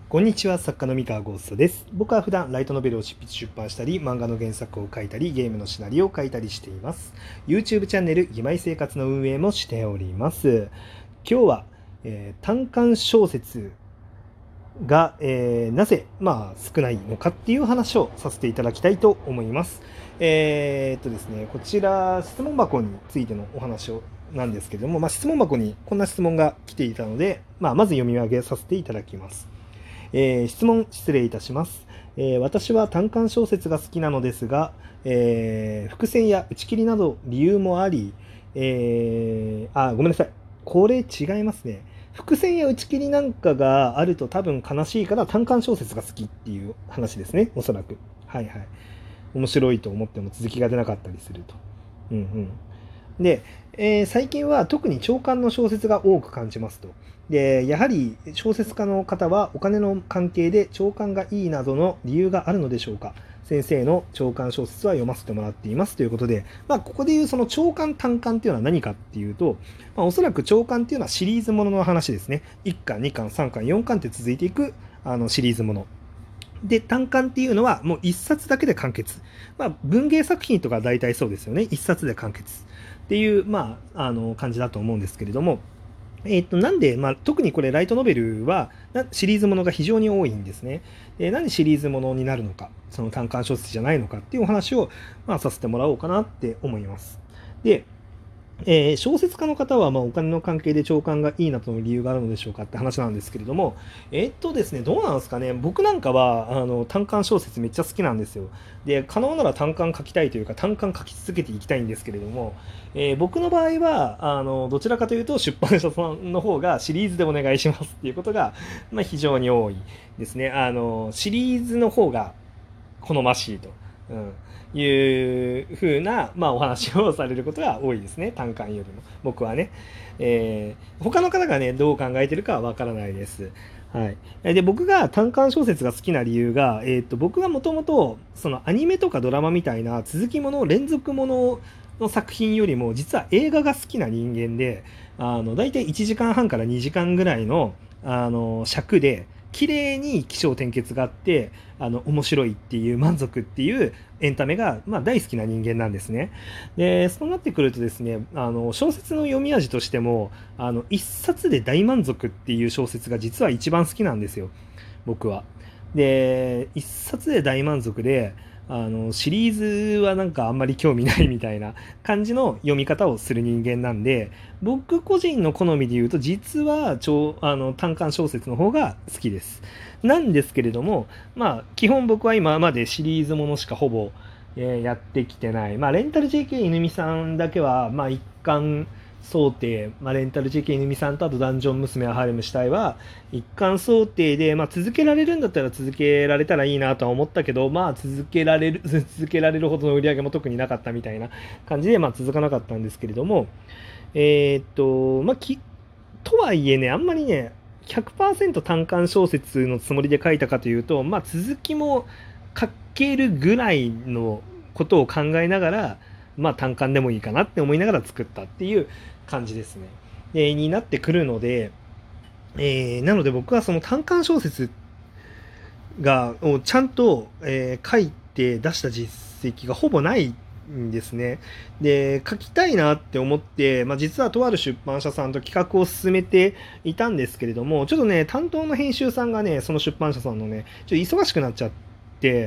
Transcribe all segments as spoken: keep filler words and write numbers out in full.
こんにちは、作家の三河ゴーストです。僕は普段ライトノベルを執筆出版したり、漫画の原作を書いたり、ゲームのシナリオを書いたりしています。YouTube チャンネル、義妹生活の運営もしております。今日は、えー単館小説が、えーなぜ、まあ、少ないのかっていう話をさせていただきたいと思います。えーっとですね、こちら、質問箱についてのお話をなんですけれども、まあ、質問箱にこんな質問が来ていたので、まあ、まず読み上げさせていただきます。えー質問失礼いたします。えー私は単館小説が好きなのですが、えー伏線や打ち切りなど理由もあり、えーあ、ごめんなさい。これ違いますね。伏線や打ち切りなんかがあると多分悲しいから単館小説が好きっていう話ですね、おそらく。はいはい。面白いと思っても続きが出なかったりすると。うんうん。で、えー最近は特に長官の小説が多く感じますと。で、やはり小説家の方はお金の関係で長官がいいなどの理由があるのでしょうか。先生の長官小説は読ませてもらっていますということで、まあ、ここでいうその長官短官っていうのは何かっていうと、まあ、おそらく長官っていうのはシリーズものの話ですね。いっかん、にかん、さんかん、よんかんって続いていくあのシリーズもの。で、単館っていうのはもう一冊だけで完結。まあ、文芸作品とか大体そうですよね。一冊で完結。っていう、まあ、あの、感じだと思うんですけれども、えっと、なんで、まあ、特にこれ、ライトノベルは、シリーズものが非常に多いんですね。で、なんでシリーズものになるのか、その単館小説じゃないのかっていうお話を、まあ、させてもらおうかなって思います。で、えー小説家の方はまあお金の関係で長官がいいなとの理由があるのでしょうかって話なんですけれども、えーっとですね、どうなんですかね、僕なんかはあの単館小説めっちゃ好きなんですよ。で、可能なら単館書きたいというか、単館書き続けていきたいんですけれども、えー僕の場合はあのどちらかというと、出版社さんの方がシリーズでお願いしますっていうことが、まあ、非常に多いですね。あのシリーズの方が好ましいと。うん、いう風な、まあ、お話をされることが多いですね、単館よりも僕はね、えー他の方がねどう考えてるかはわからないです。はい、で僕が単館小説が好きな理由が、えー、と僕はもともとそのアニメとかドラマみたいな続きもの連続ものの作品よりも実は映画が好きな人間で、あの大体いちじかんはんからにじかんぐらいのあの尺で綺麗に起承転結があってあの面白いっていう満足っていうエンタメが、まあ、大好きな人間なんですね。でそうなってくるとですね、あの小説の読み味としてもあの一冊で大満足っていう小説が実は一番好きなんですよ、僕は。で一冊で大満足で、あのシリーズはなんかあんまり興味ないみたいな感じの読み方をする人間なんで、僕個人の好みで言うと実は超あの単館小説の方が好きです。なんですけれども、まあ基本僕は今までシリーズものしかほぼ、えーやってきてない。まあレンタル ジェーケー 犬見さんだけはまあ一貫想定、まあ、レンタル ジェーケー 犬見さんとあとダンジョン娘はハーレムしたいは一貫想定で、まあ、続けられるんだったら続けられたらいいなとは思ったけど、まあ続けられる続けられるほどの売り上げも特になかったみたいな感じで、まあ、続かなかったんですけれども、えーっとまあきとはいえね、あんまりねひゃくパーセント単館小説のつもりで書いたかというと、まあ、続きも書けるぐらいのことを考えながら、まあ、単館でもいいかなって思いながら作ったっていう感じですね。でになってくるので、えーなので僕はその単館小説がをちゃんと、えー書いて出した実績がほぼないんですね。で書きたいなって思って、まあ、実はとある出版社さんと企画を進めていたんですけれども、ちょっとね担当の編集さんがねその出版社さんのねちょっと忙しくなっちゃって、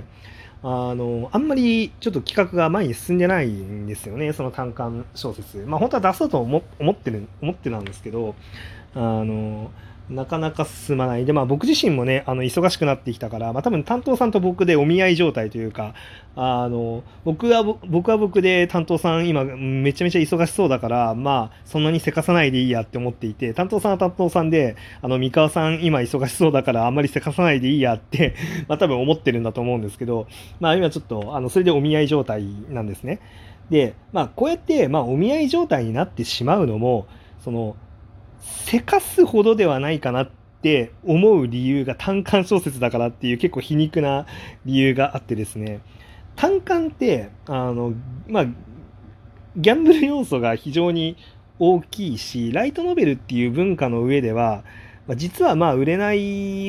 あのあんまりちょっと企画が前に進んでないんですよね、その単館小説。まあ本当は出そうと思思ってる思ってたんですけど、あのなかなか進まない。で、まあ僕自身もね、あの、忙しくなってきたから、まあ多分担当さんと僕でお見合い状態というか、あの、僕はぼ、僕は僕で担当さん今めちゃめちゃ忙しそうだから、まあそんなにせかさないでいいやって思っていて、担当さんは担当さんで、あの、三河さん今忙しそうだからあんまりせかさないでいいやってまあ多分思ってるんだと思うんですけど、まあ今ちょっと、あの、それでお見合い状態なんですね。で、まあこうやって、まあお見合い状態になってしまうのも、その、せかすほどではないかなって思う理由が単館小説だからっていう結構皮肉な理由があってですね、単館ってあのまあギャンブル要素が非常に大きいし、ライトノベルっていう文化の上では、まあ実はまあ売れない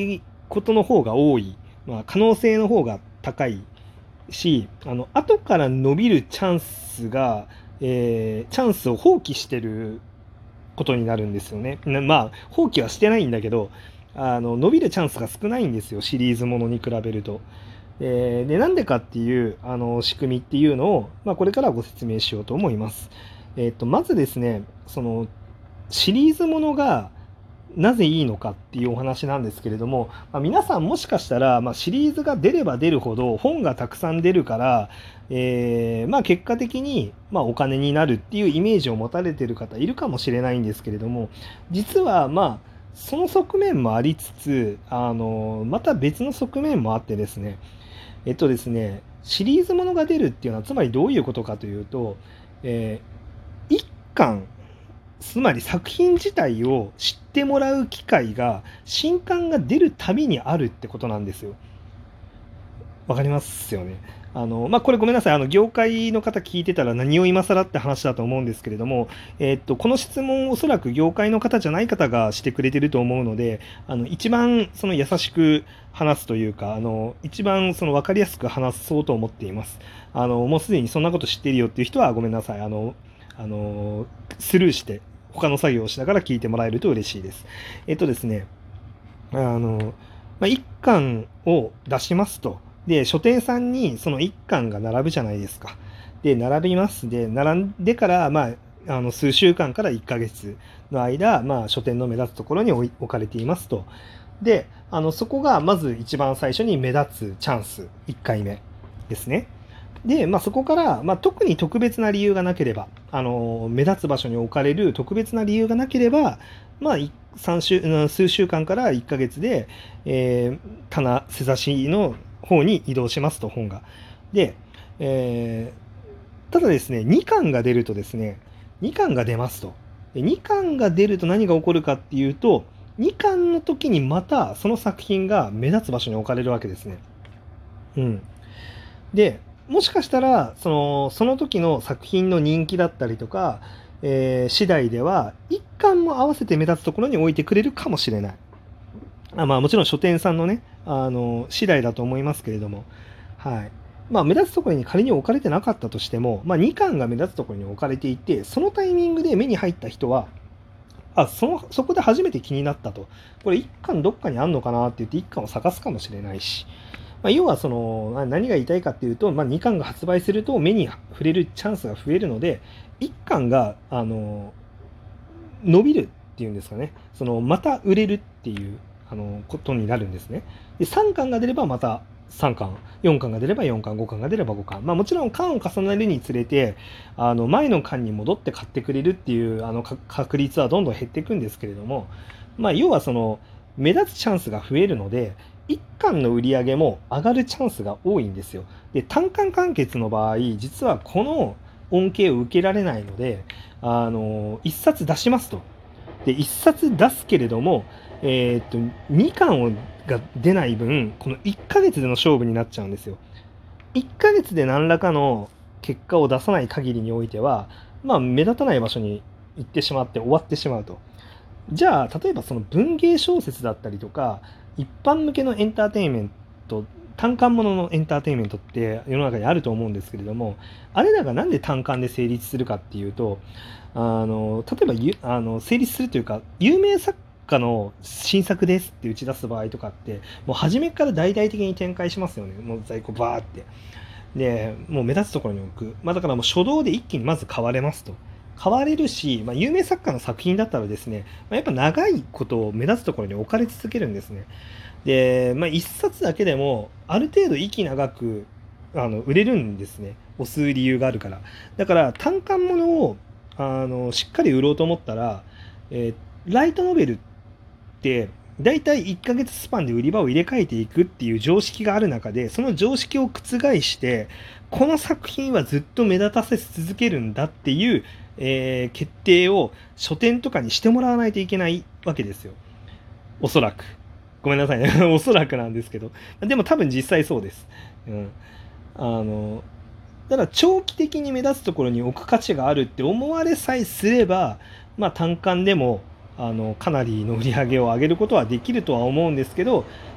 ことの方が多い、まあ、可能性の方が高いし、あの後から伸びるチャンスが、えーチャンスを放棄してることになるんですよね。なまあ放棄はしてないんだけど、あの伸びるチャンスが少ないんですよ、シリーズものに比べると。えーでなんでかっていうあの仕組みっていうのを、まあ、これからご説明しようと思います。えっとまずですね、そのシリーズものがなぜいいのかっていうお話なんですけれども、まあ、皆さんもしかしたら、まあ、シリーズが出れば出るほど本がたくさん出るから、えーまあ、結果的に、まあ、お金になるっていうイメージを持たれている方いるかもしれないんですけれども、実はまあその側面もありつつ、あのまた別の側面もあってですね、えっとですね、シリーズものが出るっていうのはつまりどういうことかというと、えー、一巻、つまり作品自体を知ってもらう機会が新刊が出るたびにあるってことなんですよ。わかりますよね。あの、まあ、これごめんなさい。あの、業界の方聞いてたら何を今更って話だと思うんですけれども、えっと、この質問をおそらく業界の方じゃない方がしてくれてると思うので、あの、一番その優しく話すというか、あの、一番その分かりやすく話そうと思っています。あの、もうすでにそんなこと知ってるよっていう人はごめんなさい。あの、あの、スルーして、他の作業をしながら聞いてもらえると嬉しいです。えっとですね、あの、まあ、いっかんを出しますと。で、書店さんにそのいっかんが並ぶじゃないですか。で、並びます。で、並んでから、まあ、あの数週間からいっかげつの間、まあ、書店の目立つところに置い置かれていますと。で、あのそこがまず一番最初に目立つチャンス、いっかいめですね。で、まあ、そこから、まあ、特に特別な理由がなければ、あの目立つ場所に置かれる特別な理由がなければ、まあ、いさん週うん数週間からいっかげつで、えー棚、背差しの方に移動しますと、本が。で、えーただですね、にかんが出るとですね、にかんが出ますと。でにかんが出ると何が起こるかっていうと、にかんの時にまたその作品が目立つ場所に置かれるわけですね。うん。で、もしかしたら、その、その時の作品の人気だったりとか、えー次第では、一巻も合わせて目立つところに置いてくれるかもしれない。あまあ、もちろん書店さんのね、あの、次第だと思いますけれども、はい。まあ、目立つところに仮に置かれてなかったとしても、まあ、にかんが目立つところに置かれていて、そのタイミングで目に入った人は、あ、その、そこで初めて気になったと。これいっかんどっかにあんのかなって言っていっかんを探すかもしれないし、まあ、要はその、な何が言いたいかっていうと、まあ、にかんが発売すると目に触れるチャンスが増えるので、いっかんが、あの、伸びるっていうんですかね、その、また売れるっていう、あの、ことになるんですね。で、さんかんが出ればまたさんかん、よんかんが出ればよんかん、ごかんが出ればごかん。まあもちろん巻を重ねるにつれて、あの、前の巻に戻って買ってくれるっていう、あの、か確率はどんどん減っていくんですけれども、まあ要はその、目立つチャンスが増えるので、いっかんの売り上げも上がるチャンスが多いんですよ。で、単巻完結の場合、実はこの恩恵を受けられないので、あの、いっさつ出しますと。で、いっさつ出すけれども、えーっと、にかんが出ない分、このいっかげつでの勝負になっちゃうんですよ。いっかげつで何らかの結果を出さない限りにおいては、まあ、目立たない場所に行ってしまって終わってしまうと。じゃあ、例えばその文芸小説だったりとか、一般向けのエンターテインメント、単館もののエンターテインメントって世の中にあると思うんですけれども、あれらがなんで単館で成立するかっていうと、あの例えばゆあの成立するというか、有名作家の新作ですって打ち出す場合とかって、もう初めから大々的に展開しますよね。もう在庫バーって。で、もう目立つところに置く。まあだからもう初動で一気にまず買われますと。買われるし、まあ、有名作家の作品だったらですね、まあ、やっぱ長いことを目立つところに置かれ続けるんですね。で、まあ、一冊だけでもある程度息長くあの売れるんですね。押す理由があるから。だから単館ものをあのしっかり売ろうと思ったら、えーライトノベルってだいたいいっかげつスパンで売り場を入れ替えていくっていう常識がある中で、その常識を覆してこの作品はずっと目立たせ続けるんだっていう、えー決定を書店とかにしてもらわないといけないわけですよ。おそらく。ごめんなさいね。おそらくなんですけど。でも多分実際そうです。うん。あの、ただ長期的に目立つところに置く価値があるって思われさえすれば、まあ、単館でもあのかなりの売り上げを上げることはできるとは思うんですけど、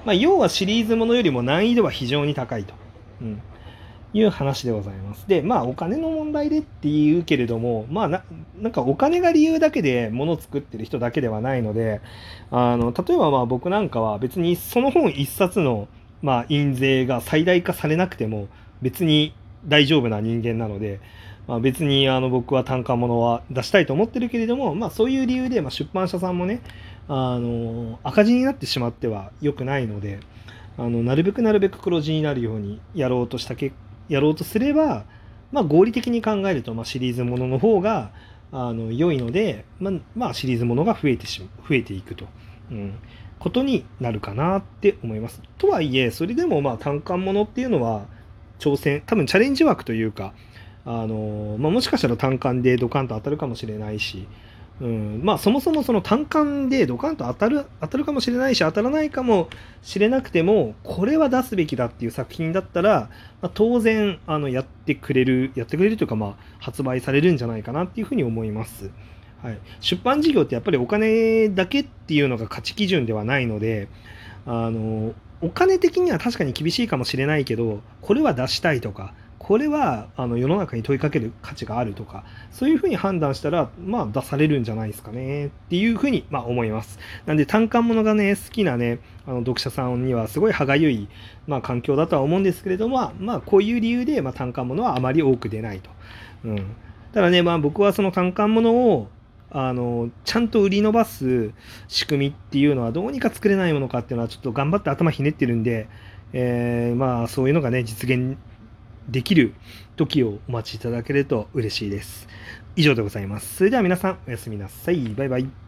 まあ、要はシリーズものよりも難易度は非常に高いと、うん、いう話でございます。で、まあお金の問題でって言うけれども、まあな、なんかお金が理由だけで物を作ってる人だけではないので、あの、例えばまあ僕なんかは別にその本一冊のまあ印税が最大化されなくても別に大丈夫な人間なので、まあ、別にあの僕は単価物は出したいと思ってるけれども、まあそういう理由でまあ出版社さんもね、あの赤字になってしまっては良くないので、あのなるべくなるべく黒字になるようにやろうとしたけやろうとすれば、まあ、合理的に考えると、まあ、シリーズものの方があの良いので、まあ、まあシリーズものが増えてし増えていくと、うん、ことになるかなって思います。とはいえそれでもまあ単価ものっていうのは挑戦多分チャレンジ枠というか、あの、まあ、もしかしたら単価でドカンと当たるかもしれないし、うん、まあそもそもその単価でドカンと当たる当たるかもしれないし当たらないかもしれなくてもこれは出すべきだっていう作品だったら、まあ、当然あのやってくれるやってくれるというか、まあ、発売されるんじゃないかなっていうふうに思います。はい、出版事業ってやっぱりお金だけっていうのが価値基準ではないので、あのお金的には確かに厳しいかもしれないけどこれは出したいとかこれはあの世の中に問いかける価値があるとかそういうふうに判断したら、まあ、出されるんじゃないですかねっていうふうに、まあ、思います。なんで単館ものがね好きなねあの読者さんにはすごい歯がゆい、まあ、環境だとは思うんですけれども、まあ、こういう理由で、まあ、単館ものはあまり多く出ないと。うん、ただね、まあ、僕はその単館ものをあのちゃんと売り伸ばす仕組みっていうのはどうにか作れないものかっていうのはちょっと頑張って頭ひねってるんで、えー、まあそういうのがね実現できる時をお待ちいただけると嬉しいです。以上でございます。それでは皆さんおやすみなさい。バイバイ。